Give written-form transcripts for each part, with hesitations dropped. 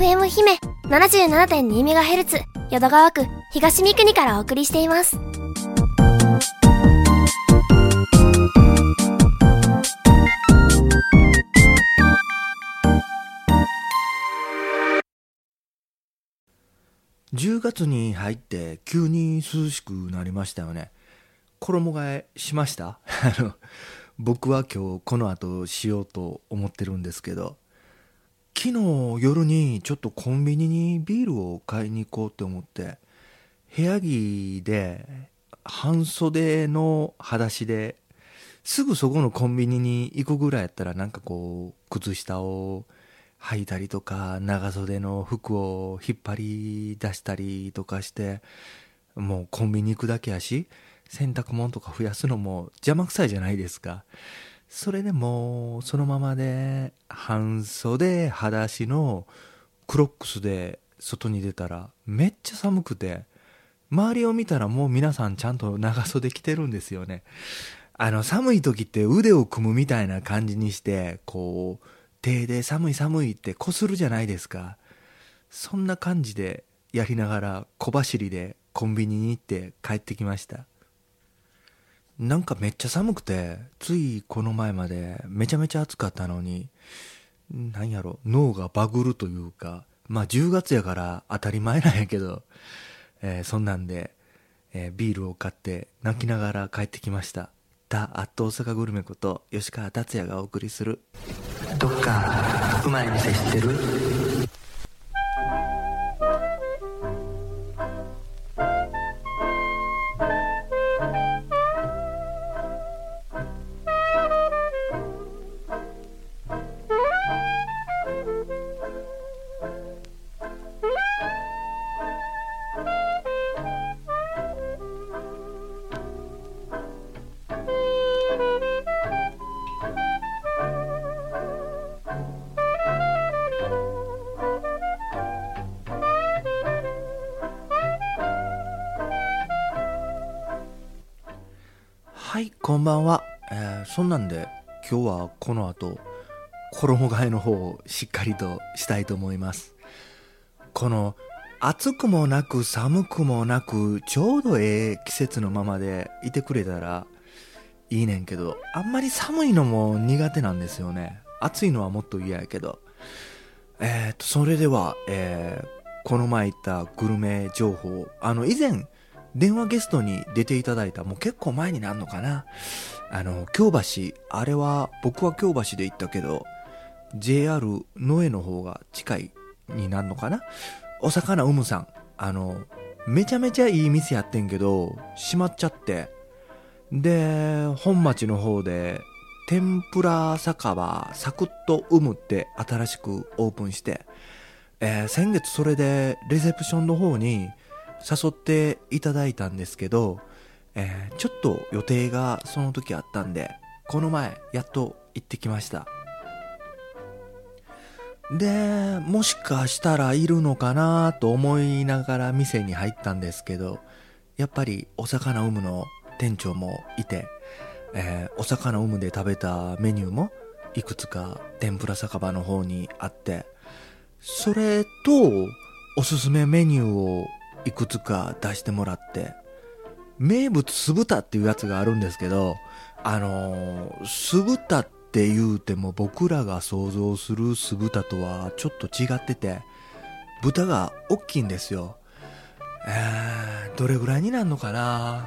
FM 姫 77.2MHz 淀川区東三国からお送りしています。 10月に入って急に涼しくなりましたよね。衣替えしました僕は今日この後しようと思ってるんですけど、昨日夜にちょっとコンビニにビールを買いに行こうと思って、部屋着で半袖の裸足ですぐそこのコンビニに行くぐらいやったら、なんかこう靴下を履いたりとか長袖の服を引っ張り出したりとかして、もうコンビニ行くだけやし洗濯物とか増やすのも邪魔くさいじゃないですか。それでもうそのままで半袖裸足のクロックスで外に出たらめっちゃ寒くて、周りを見たらもう皆さんちゃんと長袖着てるんですよね。寒い時って腕を組むみたいな感じにしてこう手で寒い寒いってこするじゃないですか。そんな感じでやりながら小走りでコンビニに行って帰ってきました。なんかめっちゃ寒くて、ついこの前までめちゃめちゃ暑かったのに、なんやろ、脳がバグるというか、まあ10月やから当たり前なんやけど、そんなんで、ビールを買って泣きながら帰ってきました。アット大阪グルメこと吉川達也がお送りする、どっかうまい店知ってる？はい、こんばんは。そんなんで今日はこの後衣替えの方をしっかりとしたいと思います。この暑くもなく寒くもなくちょうどええ季節のままでいてくれたらいいねんけど、あんまり寒いのも苦手なんですよね。暑いのはもっと嫌やけど。それでは、この前言ったグルメ情報、以前電話ゲストに出ていただいた、もう結構前になるのかな、京橋、あれは僕は京橋で行ったけど JR 野江の方が近いになるのかな、お魚うむさん、めちゃめちゃいい店やってんけど閉まっちゃって、で本町の方で天ぷら酒場サクッとうむって新しくオープンして、先月それでレセプションの方に誘っていただいたんですけど、ちょっと予定がその時あったんで、この前やっと行ってきました。でもしかしたらいるのかなと思いながら店に入ったんですけど、やっぱりお魚うむの店長もいて、お魚うむで食べたメニューもいくつか天ぷら酒場の方にあって、それとおすすめメニューをいくつか出してもらって、名物酢豚っていうやつがあるんですけど、酢豚って言うても僕らが想像する酢豚とはちょっと違ってて、豚が大きいんですよ。どれぐらいになるのかな、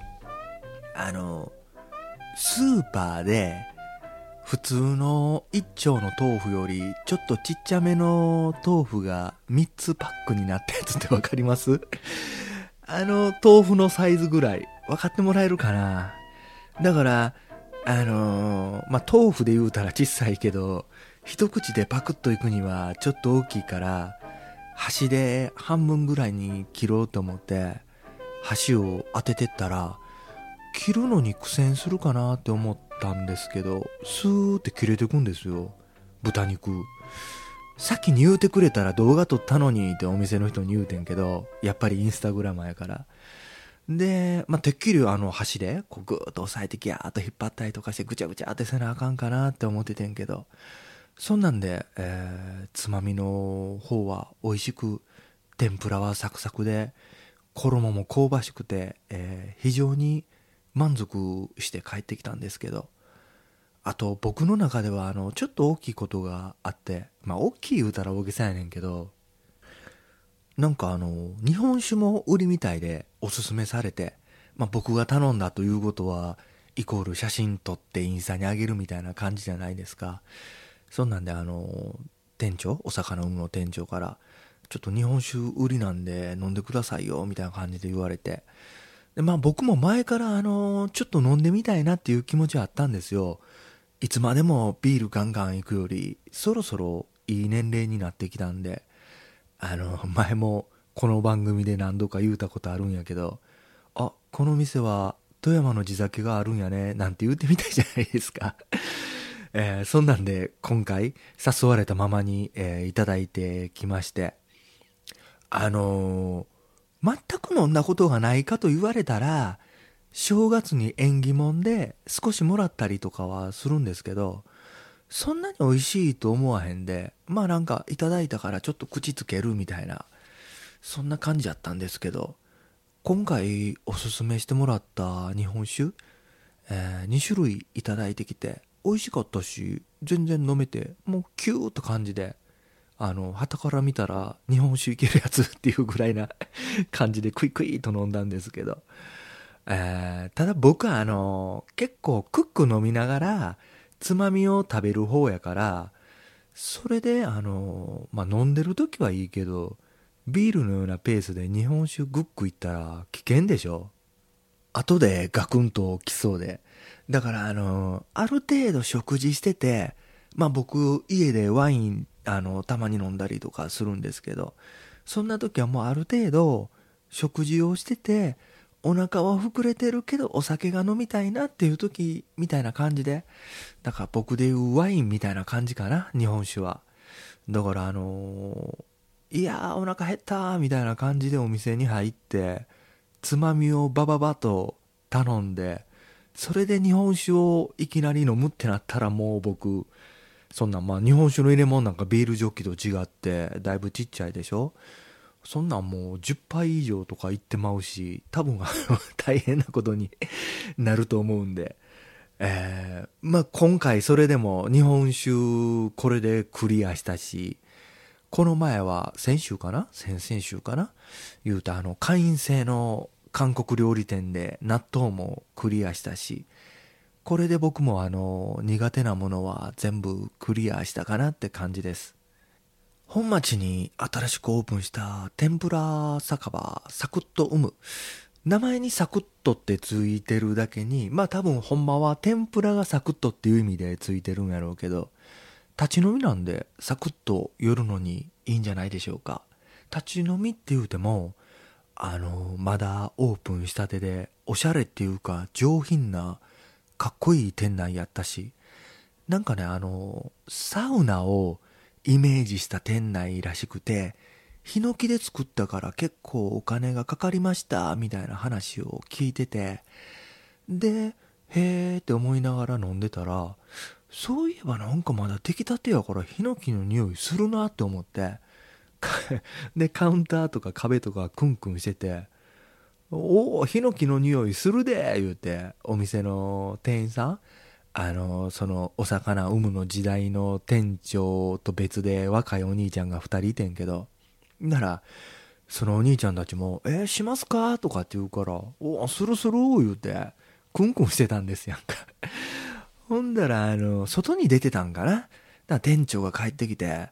スーパーで普通の一丁の豆腐よりちょっとちっちゃめの豆腐が3つパックになったやつってわかります？豆腐のサイズぐらい分かってもらえるかな。だから豆腐で言うたら小さいけど一口でパクッといくにはちょっと大きいから、箸で半分ぐらいに切ろうと思って箸を当ててったら、切るのに苦戦するかなって思ったんですけど、スーって切れてくんですよ、豚肉。先に言うてくれたら動画撮ったのにってお店の人に言うてんけど、やっぱりインスタグラマーやから。で、てっきり箸でこうグーッと押さえてギャーッと引っ張ったりとかしてぐちゃぐちゃってせなあかんかなって思っててんけど、 そんなんで、つまみの方は美味しく、天ぷらはサクサクで、衣も香ばしくて、非常に満足して帰ってきたんですけど、あと僕の中ではちょっと大きいことがあって、まあ大きい言うたら大げさやねんけど、なんか日本酒も売りみたいでおすすめされて、まあ僕が頼んだということは、イコール写真撮ってインスタにあげるみたいな感じじゃないですか。そんなんで店長、お魚運の店長から、ちょっと日本酒売りなんで飲んでくださいよみたいな感じで言われて、でまあ僕も前からちょっと飲んでみたいなっていう気持ちはあったんですよ。いつまでもビールガンガン行くよりそろそろいい年齢になってきたんで、前もこの番組で何度か言うたことあるんやけど、あ、この店は富山の地酒があるんやねなんて言ってみたいじゃないですか。そんなんで今回誘われたままに、いただいてきまして、全く飲んだことがないかと言われたら、正月に縁起物で少しもらったりとかはするんですけど、そんなに美味しいと思わへんで、まあなんかいただいたからちょっと口つけるみたいな、そんな感じだったんですけど、今回おすすめしてもらった日本酒、2種類いただいてきて、美味しかったし、全然飲めて、もうキューッと感じで、傍から見たら日本酒いけるやつっていうぐらいな感じでクイクイと飲んだんですけど、ただ僕は結構クック飲みながらつまみを食べる方やから、それでまあ、飲んでる時はいいけど、ビールのようなペースで日本酒グックいったら危険でしょ。後でガクンときそうで。だからある程度食事してて、まあ僕家でワインたまに飲んだりとかするんですけど、そんな時はもうある程度食事をしてて、お腹は膨れてるけどお酒が飲みたいなっていう時みたいな感じで、だから僕でいうワインみたいな感じかな、日本酒は。だからいやーお腹減ったーみたいな感じでお店に入って、つまみをバババと頼んで、それで日本酒をいきなり飲むってなったら、もう僕そんな、まあ日本酒の入れ物なんかビールジョッキと違ってだいぶちっちゃいでしょ。そんなんもう10杯以上とかいってまうし、多分大変なことになると思うんで、まあ今回それでも日本酒これでクリアしたし、この前は先週かな、先々週かな、言うた会員制の韓国料理店で納豆もクリアしたし、これで僕も苦手なものは全部クリアしたかなって感じです。本町に新しくオープンした天ぷら酒場サクッと名前にサクッとってついてるだけに、まあ多分ほんまは天ぷらがサクッとっていう意味でついてるんやろうけど、立ち飲みなんでサクッと寄るのにいいんじゃないでしょうか。立ち飲みって言うてもまだオープンしたてでおしゃれっていうか上品なかっこいい店内やったし、なんかねサウナをイメージした店内らしくて、ヒノキで作ったから結構お金がかかりましたみたいな話を聞いてて、でへーって思いながら飲んでたら、そういえばなんかまだ出来たてやからヒノキの匂いするなって思って、でカウンターとか壁とかクンクンしてて、おおヒノキの匂いするで言うて、お店の店員さん、そのお魚産むの時代の店長と別で若いお兄ちゃんが2人いてんけど、ならそのお兄ちゃんたちもしますかとかって言うから、おするする言うてクンクンしてたんですやんか。ほんだら外に出てたんかな。だから店長が帰ってきて、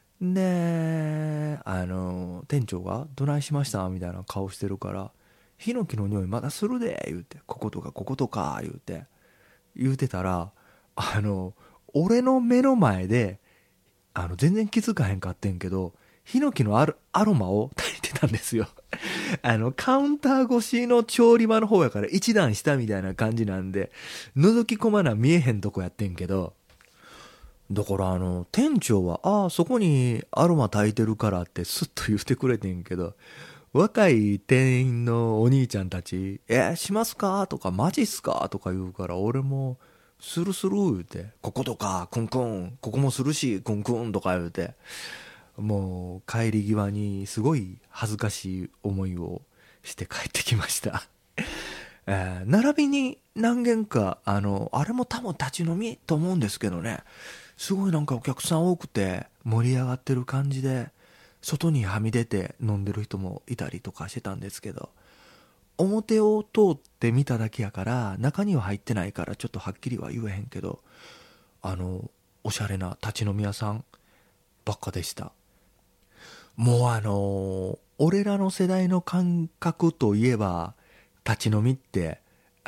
で店長がどないしましたみたいな顔してるから、ヒノキの匂いまだするで言うて、こことかこことか言うてたら、俺の目の前で全然気づかへんかってんけど、ヒノキのアロマを焚いてたんですよ。カウンター越しの調理場の方やから一段下みたいな感じなんで、覗き込まな見えへんとこやってんけど、だから店長はそこにアロマ焚いてるからってスッと言ってくれてんけど、若い店員のお兄ちゃんたちしますかとかマジっすかとか言うから、俺もするする言うて、こことかクンクン、ここもするしクンクンとか言うて、もう帰り際にすごい恥ずかしい思いをして帰ってきました。並びに何軒かあれも多分立ち飲みと思うんですけどね、すごいなんかお客さん多くて盛り上がってる感じで、外にはみ出て飲んでる人もいたりとかしてたんですけど、表を通って見ただけやから中には入ってないからちょっとはっきりは言えへんけど、おしゃれな立ち飲み屋さんばっかでした。もう俺らの世代の感覚といえば、立ち飲みって、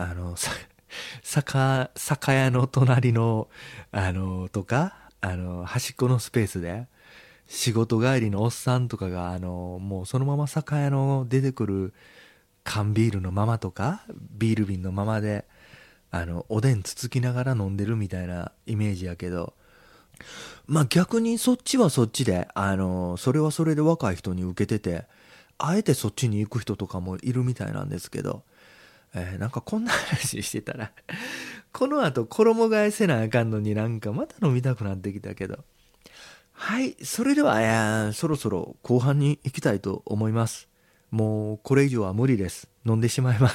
酒屋の隣の、とか、端っこのスペースで、仕事帰りのおっさんとかが、もうそのまま酒屋の出てくる缶ビールのままとか、ビール瓶のままで、おでんつつきながら飲んでるみたいなイメージやけど、まあ逆にそっちはそっちで、それはそれで若い人に受けてて、あえてそっちに行く人とかもいるみたいなんですけど、なんかこんな話してたらこの後衣替えせなあかんのになんかまた飲みたくなってきたけど。はい、それでは、そろそろ後半に行きたいと思います。もうこれ以上は無理です。飲んでしまいます。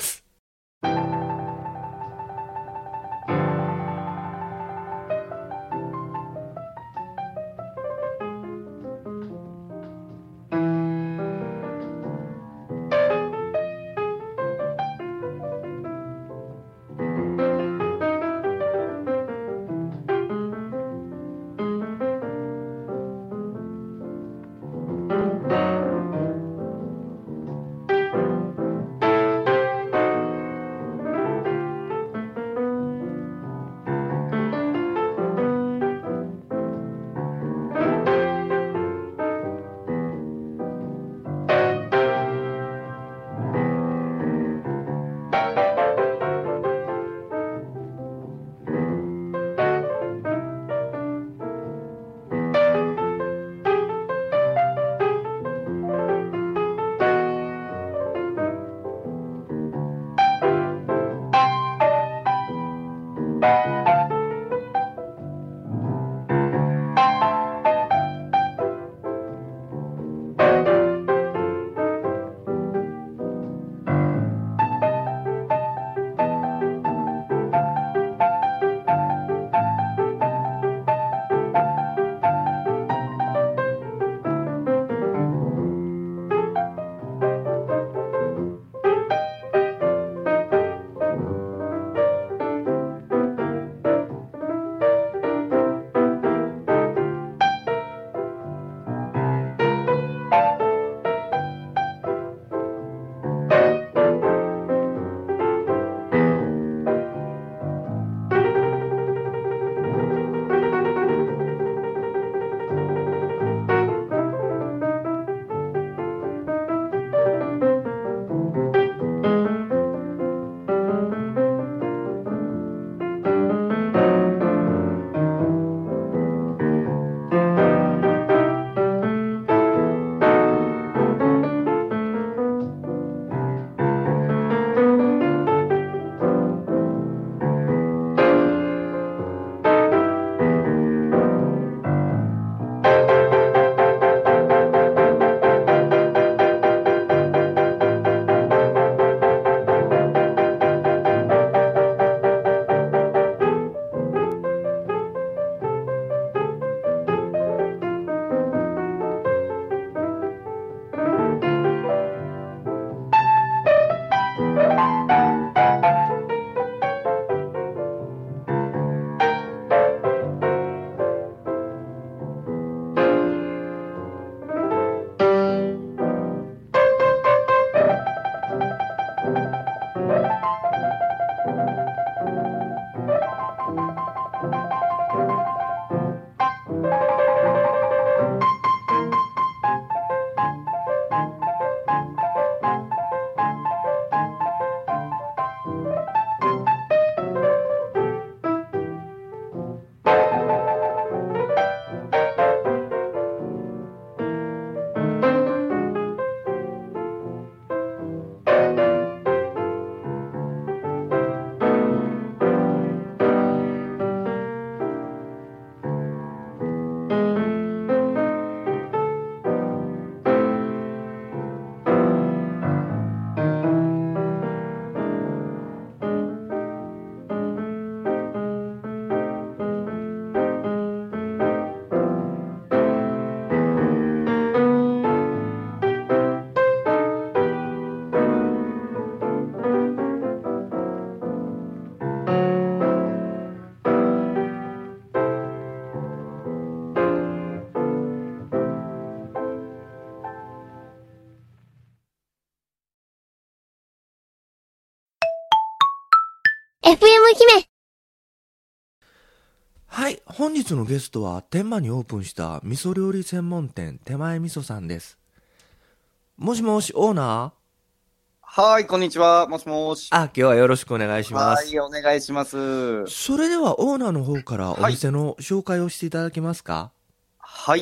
姫。 はい、本日のゲストは天満にオープンした味噌料理専門店手前味噌さんです。もしもし、オーナー。 はい、こんにちは。もしもし。 今日はよろしくお願いしまはす。 い、お願いします。 それではオーナーの方からおはい。 店の紹介をしていただけますか？ はい。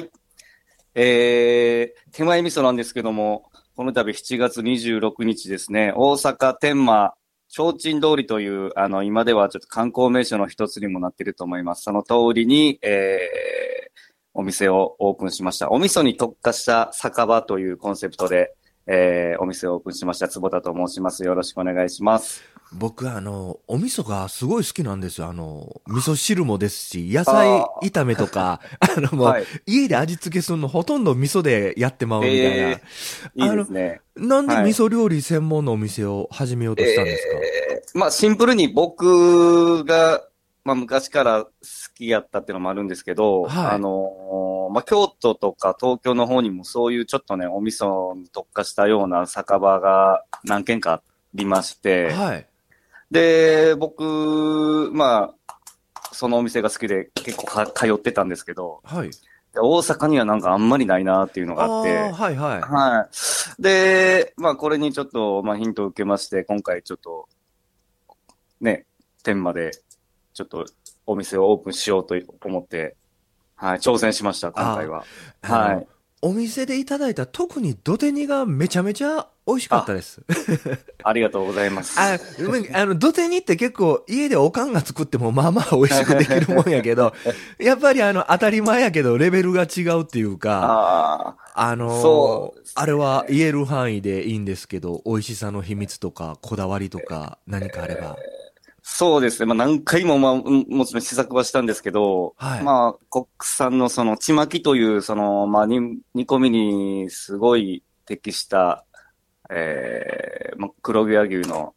手前味噌なんですけども、この度7月26日ですね、大阪天満提灯通りという、今ではちょっと観光名所の一つにもなっていると思います。その通りに、お店をオープンしました。お味噌に特化した酒場というコンセプトで、お店をオープンしました。坪田と申します。よろしくお願いします。 僕お味噌がすごい好きなんですよ。味噌汁もですし、野菜あ炒めとか、もあ、 う、 はい。 家で味付けするのほとんど味噌でやってまうみたいな。 えいいあの、 ですね。 なんではい。 味噌料理専門のお店を始めようとしたんですか？ まあシンプルに僕が、まあ昔から好きやったっていうのもあるんですけど、 はい。 まあ京都とか東京の方にもそういうちょっとね、お味噌に特化したような酒場が何軒かありまして、 はい。 で、僕、まあ、そのお店が好きで結構通ってたんですけど、 はい。 で大阪にはなんかあんまりないなっていうのがあって、 はいはい。 はい。で、まあこれにちょっと、まあヒントを受けまして、今回ちょっとね、天までちょっとお店をオープンしようと思って、はい、挑戦しました、今回あは。 あ、 はい。 お店でいただいた特に土手煮がめちゃめちゃ美味しかったあ、 です。 ありがとうございます。 土手煮って結構家でおかんが作ってもまあまあ美味しくできるもんやけど、やっぱり当たり前やけどレベルが違うっていうか、 ああ、そうですあれはね。 言える範囲でいいんですけど、美味しさの秘密とかこだわりとか何かあれば。 そうですね。まあ何回も、まあ、もちろん試作はしたんですけど、 はい。 まあ、国産のその、ちまきという、まあ、煮込みにすごい適した、まあ、黒毛和牛の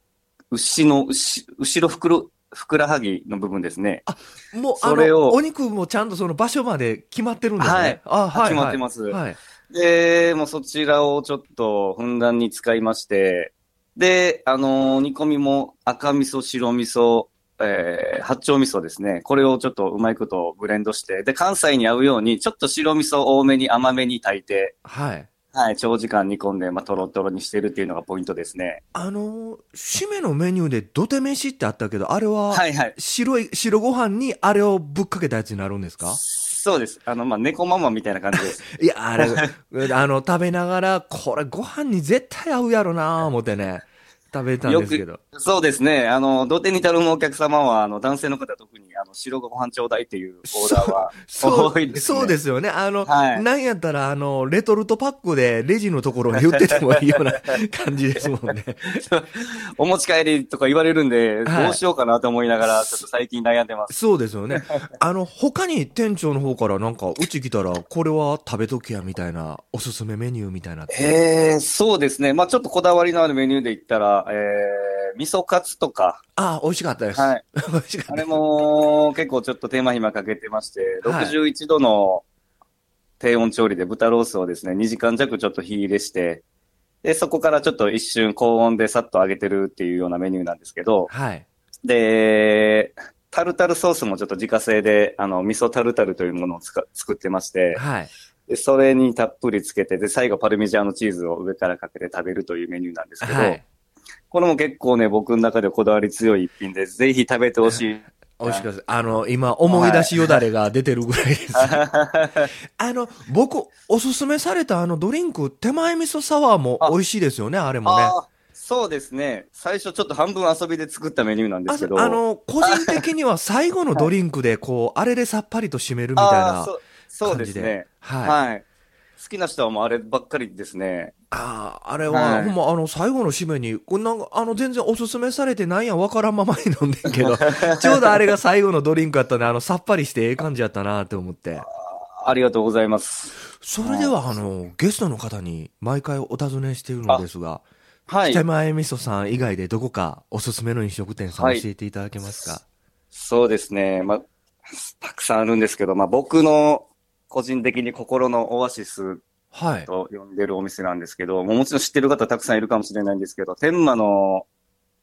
後ろふくらはぎの部分ですね。 もうおそれを、 肉もちゃんとその場所まで決まってるんですね。 はい。決まっはいはい。 てます。 はい。 で、もうそちらをちょっとふんだんに使いまして、で、煮込みも赤味噌、白味噌、八丁味噌ですね。これをちょっとうまいことブレンドして、で、関西に合うように、ちょっと白味噌多めに甘めに炊いて、 はい。 はい、長時間煮込んで、まあ、トロトロにしてるっていうのがポイントですね。 締めのメニューで土手飯ってあったけど、あれははいはい。 白ご飯にあれをぶっかけたやつになるんですか？ そうです。まあ、猫ママみたいな感じです。 いや、あれ、食べながら、これご飯に絶対合うやろなぁ思ってね、食べてたんよく、 ですけど。 そうですね。土手に頼むお客様は、男性の方は特に、白ご飯ちょうだいっていうオーダーは多いですそうでね。 すよね。 はい。 なんやったら、レトルトパックでレジのところに売っててもいいような感じですもんね。 お持ち帰りとか言われるんで、どはい。 うしようかなと思いながら、ちょっと最近悩んでます。 そうですよね。他に店長の方からなんか、うち来たら、これは食べときやみたいな、おすすめメニューみたいなって。 そうですね。まあちょっとこだわりのあるメニューで言ったら、味噌カツとか、 美味しかったです。 はい。 美味しかっあれた。 も結構ちょっと手間暇かけてまして、 はい。 61度の低温調理で豚ロースをですね、2時間弱ちょっと火入れして、で、そこからちょっと一瞬高温でさっと揚げてるっていうようなメニューなんですけど、 はい。 で、タルタルソースもちょっと自家製で、味噌タルタルというものを作ってまして、 はい。 で、それにたっぷりつけて、で、最後パルミジャーノチーズを上からかけて食べるというメニューなんですけど、 はい。 これも結構ね、僕の中でこだわり強い一品で、ぜひ食べてほしい美味しかったです。 な。 今、思い出はい。 しよだれが出てるぐらいです。僕、おすすめされたドリンク、手前味噌サワーも美あ、 味しいですよね、あれもね。 ああ、そうですね。最初ちょっと半分遊びで作ったメニューなんですけど、 個人的には最後のドはい。 リンクで、こう、あれでさっぱりと締めるみたいああ、 なそう感じで。 ですね。 はい。 はい。好きな人はもうあればっかりですね。 あれは、 はい。 ほんま、最後の締めに、これなんか、全然おすすめされてなんやわからんままに飲んでんけど、ちょうどあれが最後のドリンクやったんで、さっぱりしてええ感じやったなって思って。 ありがとうございます。 それではい。 は、ゲストの方に毎回お尋ねしているのであ、 すが、手はい。 前味噌さん以外でどこかおすすめの飲食店さんはい。 教えていただけますか？ そうですね。まあ、たくさんあるんですけど、まあ僕の個人的に心のオアシスはい。 と呼んでるお店なんですけど、もちろん知ってる方たくさんいるかもしれないんですけど、天満の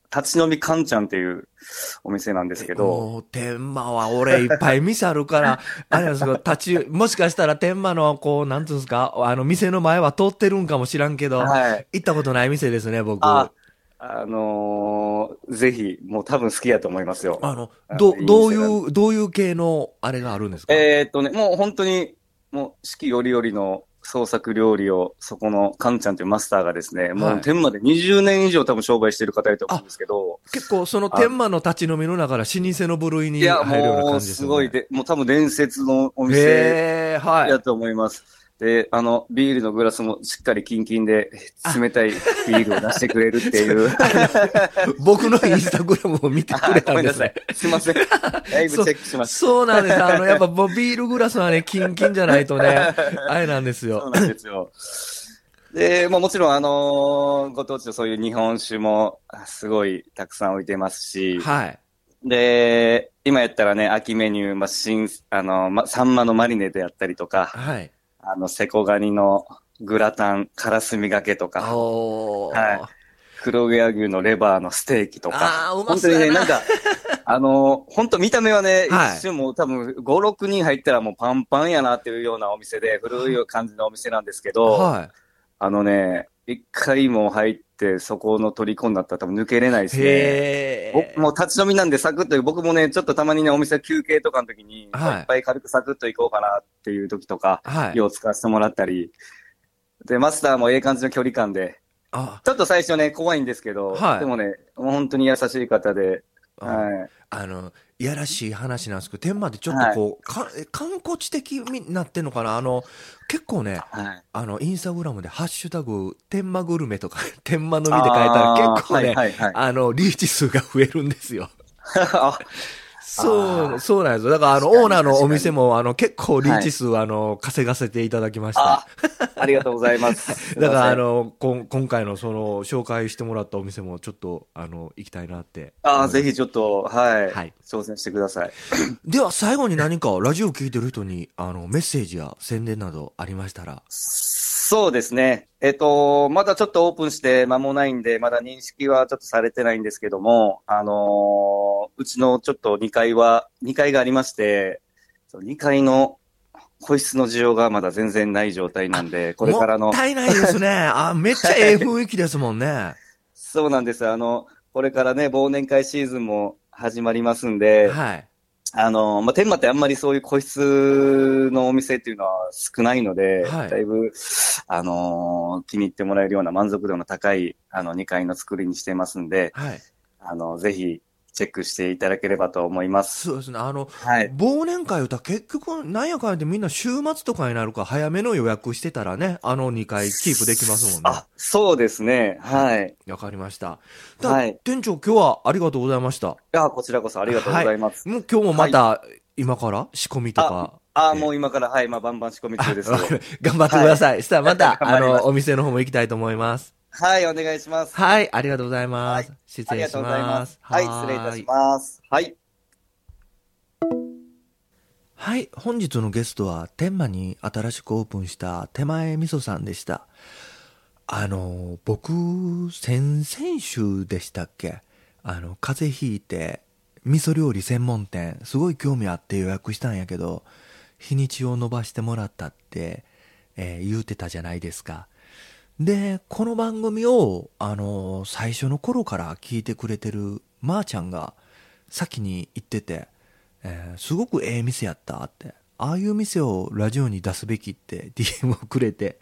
立ち飲みかんちゃんっていうお店なんですけど。 もう、天満は俺いっぱい店あるから、あれなんですけど、もしかしたら天満の、こう、なんつうんですか、店の前は通ってるんかもしらんけど、 はい。 行ったことない店ですね、僕。 あ、ぜひ、もう多分好きやと思いますよ。いい店なんで。 どういう系のあれがあるんですか？ もう本当に、もう四季折々の創作料理を、そこのカンちゃんというマスターがですね、もうはい。 天まで20年以上多分商売してる方だと思うんあ、 ですけど、 結構そのあ、 天満の立ち飲みの中から老舗の部類いや、 に入るようなもう感じですよね。 すごいで、もう多分伝説のお店へえ、はい。 やと思います。で、ビールのグラスもしっかりキンキンであ、 冷たいビールを出してくれるっていう。 僕のインスタグラムを見てくれごめんなさい。 たんですね。 すいません。だいぶそ、 チェックしましそうなんです。やっぱビールグラスはね、キンキンじゃないとね、 た。 あれなんですよ。 そうなんですよ。で、もちろん、ご当地のそういう日本酒もすごいたくさん置いてますし、 はい。 で、今やったらね、秋メニュー、サンマのマリネであったりとか、 はい。 セコガニのグラタン、からすみがけとか、はい。 おー。 黒毛和牛のレバーのステーキとか、 あー、うま本当にね、 そうやな。 本当見た目はね、一はい。 瞬もう多分5、6人入ったらもうパンパンやなっていうようなお店で、古い感じのお店なんですけど、 は一回も入ってそこの虜になったら多分抜けれないでい。 すね。僕もへう立ち飲みなんでサクッと、僕もね、ちょっとたまにね、お店休憩とかの時に、 ー。 もう一はい。 杯軽くサクッと行こうかなっていう時とか、 はい。 用を使わせてもらったり、で、マスターもええ感じの距離感で、 あ、 ちょっと最初ね、怖いんですけど、 はい。 でもね、もう本当に優しい方で、 あ、 はい。 いやらしい話なんですけど、天満ってちょっとはい。 こう、観光地的になってんのかな。結構ね、 はい。 インスタグラムでハッシュタグ、天満グルメとか、天満飲みで書いたら結ああ、はい構ね、 はいはい。 リーチ数が増えるんですよ。 あ、あそうなんですよ。だから確かにオーナーのお確かに。 店も結構リーはい。 チ数稼がせていただきました。 あ、ありがとうございます。すいだからません。 今回のその紹介してもらったお店もちょっと行きたいなってああ、ぜ思います。 ひちょっと、はい。 はい。 挑戦してください。 では最後に何かラジオ聞いてる人にメッセージや宣伝などありましたら。 そうですね。まだちょっとオープンして間もないんで、まだ認識はちょっとされてないんですけども、うちのちょっと2階がありまして、そう2階の個室の需要がまだ全然ない状態なあ、 んで、これもっからの、 たいないですね。めっちゃええ雰囲気ですもんね。 そうなんです。これからね、忘年会シーズンも始まりますんで、 はい。 天満ってあんまりそういう個室のお店っていうのは少ないので、 はい。 だいぶ、気に入ってもらえるような満足度の高い、2階の作りにしてますんで、 はい。 ぜひ、チェックしていただければと思います。 そうですね。 はい。 忘年会歌結局、なんやかんやってみんな週末とかになるから早めの予約してたらね、2回キープできますもんね。 そうですね。 はい。 はい。 わかりました。 はい。 店長今日はありがとうございました。 こちらこそありがとうごはい。 ざいます。 もう今日もはい。 また今から仕込みとか、 もう今から、はい、バンバン仕込み中です。 頑張ってくはい。 ださい。したらまた、 頑張ります。 お店の方も行きたいと思います。 はい、お願いします。 はい、ありがとうございまはい。 す。失礼しありがとうございます。 ます。 はい、失礼いたしはーい。 ます。はい。 はい、本日のゲストは天満に新しくオープンした手前味噌さんでした。僕、先々週でしたっけ、風邪ひいて、味噌料理専門店、すごい興味あって予約したんやけど、日にちを延ばしてもらったって、言うてたじゃないですか。で、この番組を、最初の頃から聞いてくれてるまーちゃんが先に言ってて、すごくええ店やったって、ああいう店をラジオに出すべきって DM をくれて、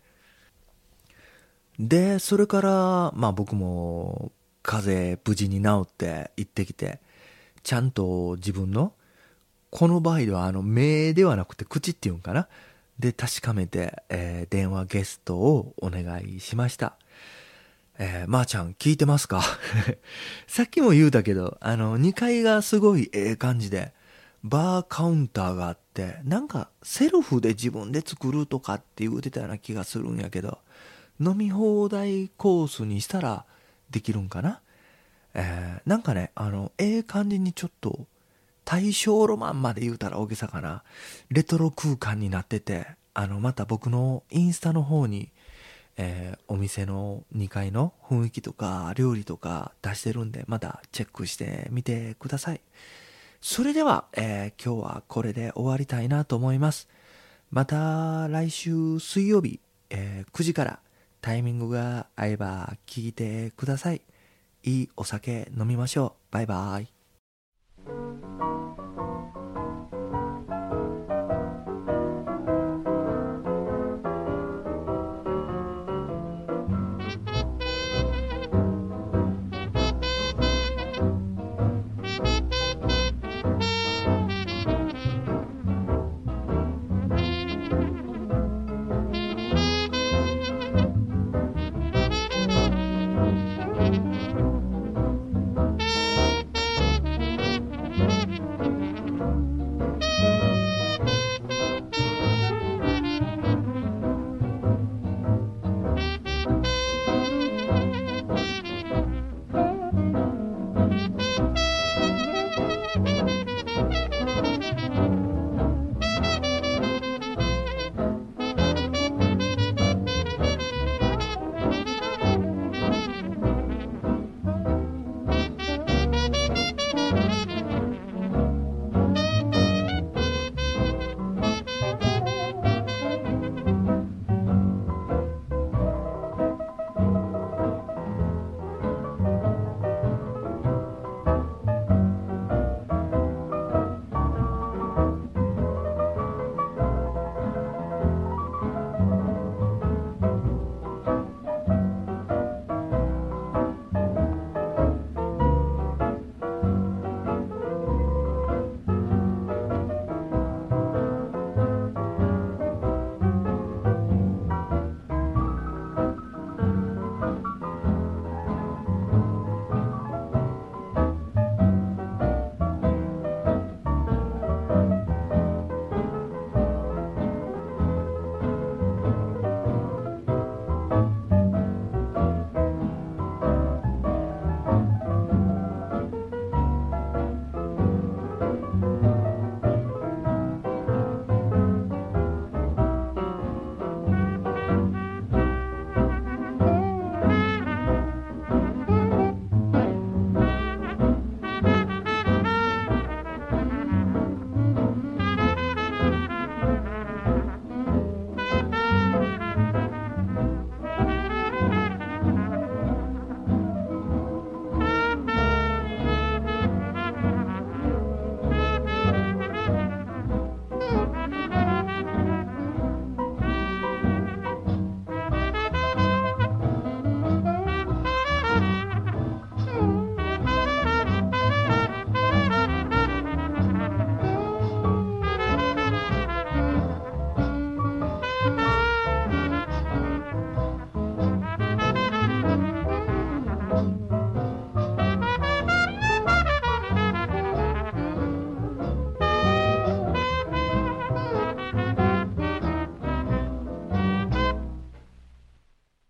で、それから、まあ僕も風邪無事に治って行ってきて、ちゃんと自分の、この場合では目ではなくて口っていうんかな。で、確かめて、電話ゲストをお願いしました。まーちゃん聞いてますか？さっきも言うたけど、2階がすごいええ感じで、バーカウンターがあって、なんかセルフで自分で作るとかって言うてたような気がするんやけど、飲み放題コースにしたらできるんかな。なんかね、ええ感じにちょっと、大正ロマンまで言うたら大げさかな。レトロ空間になってて、また僕のインスタの方に、 お店の2階の雰囲気とか料理とか出してるんで、またチェックしてみてください。それでは、今日はこれで終わりたいなと思います。また来週水曜日、9時からタイミングが合えば聞いてください。いいお酒飲みましょう。バイバイ。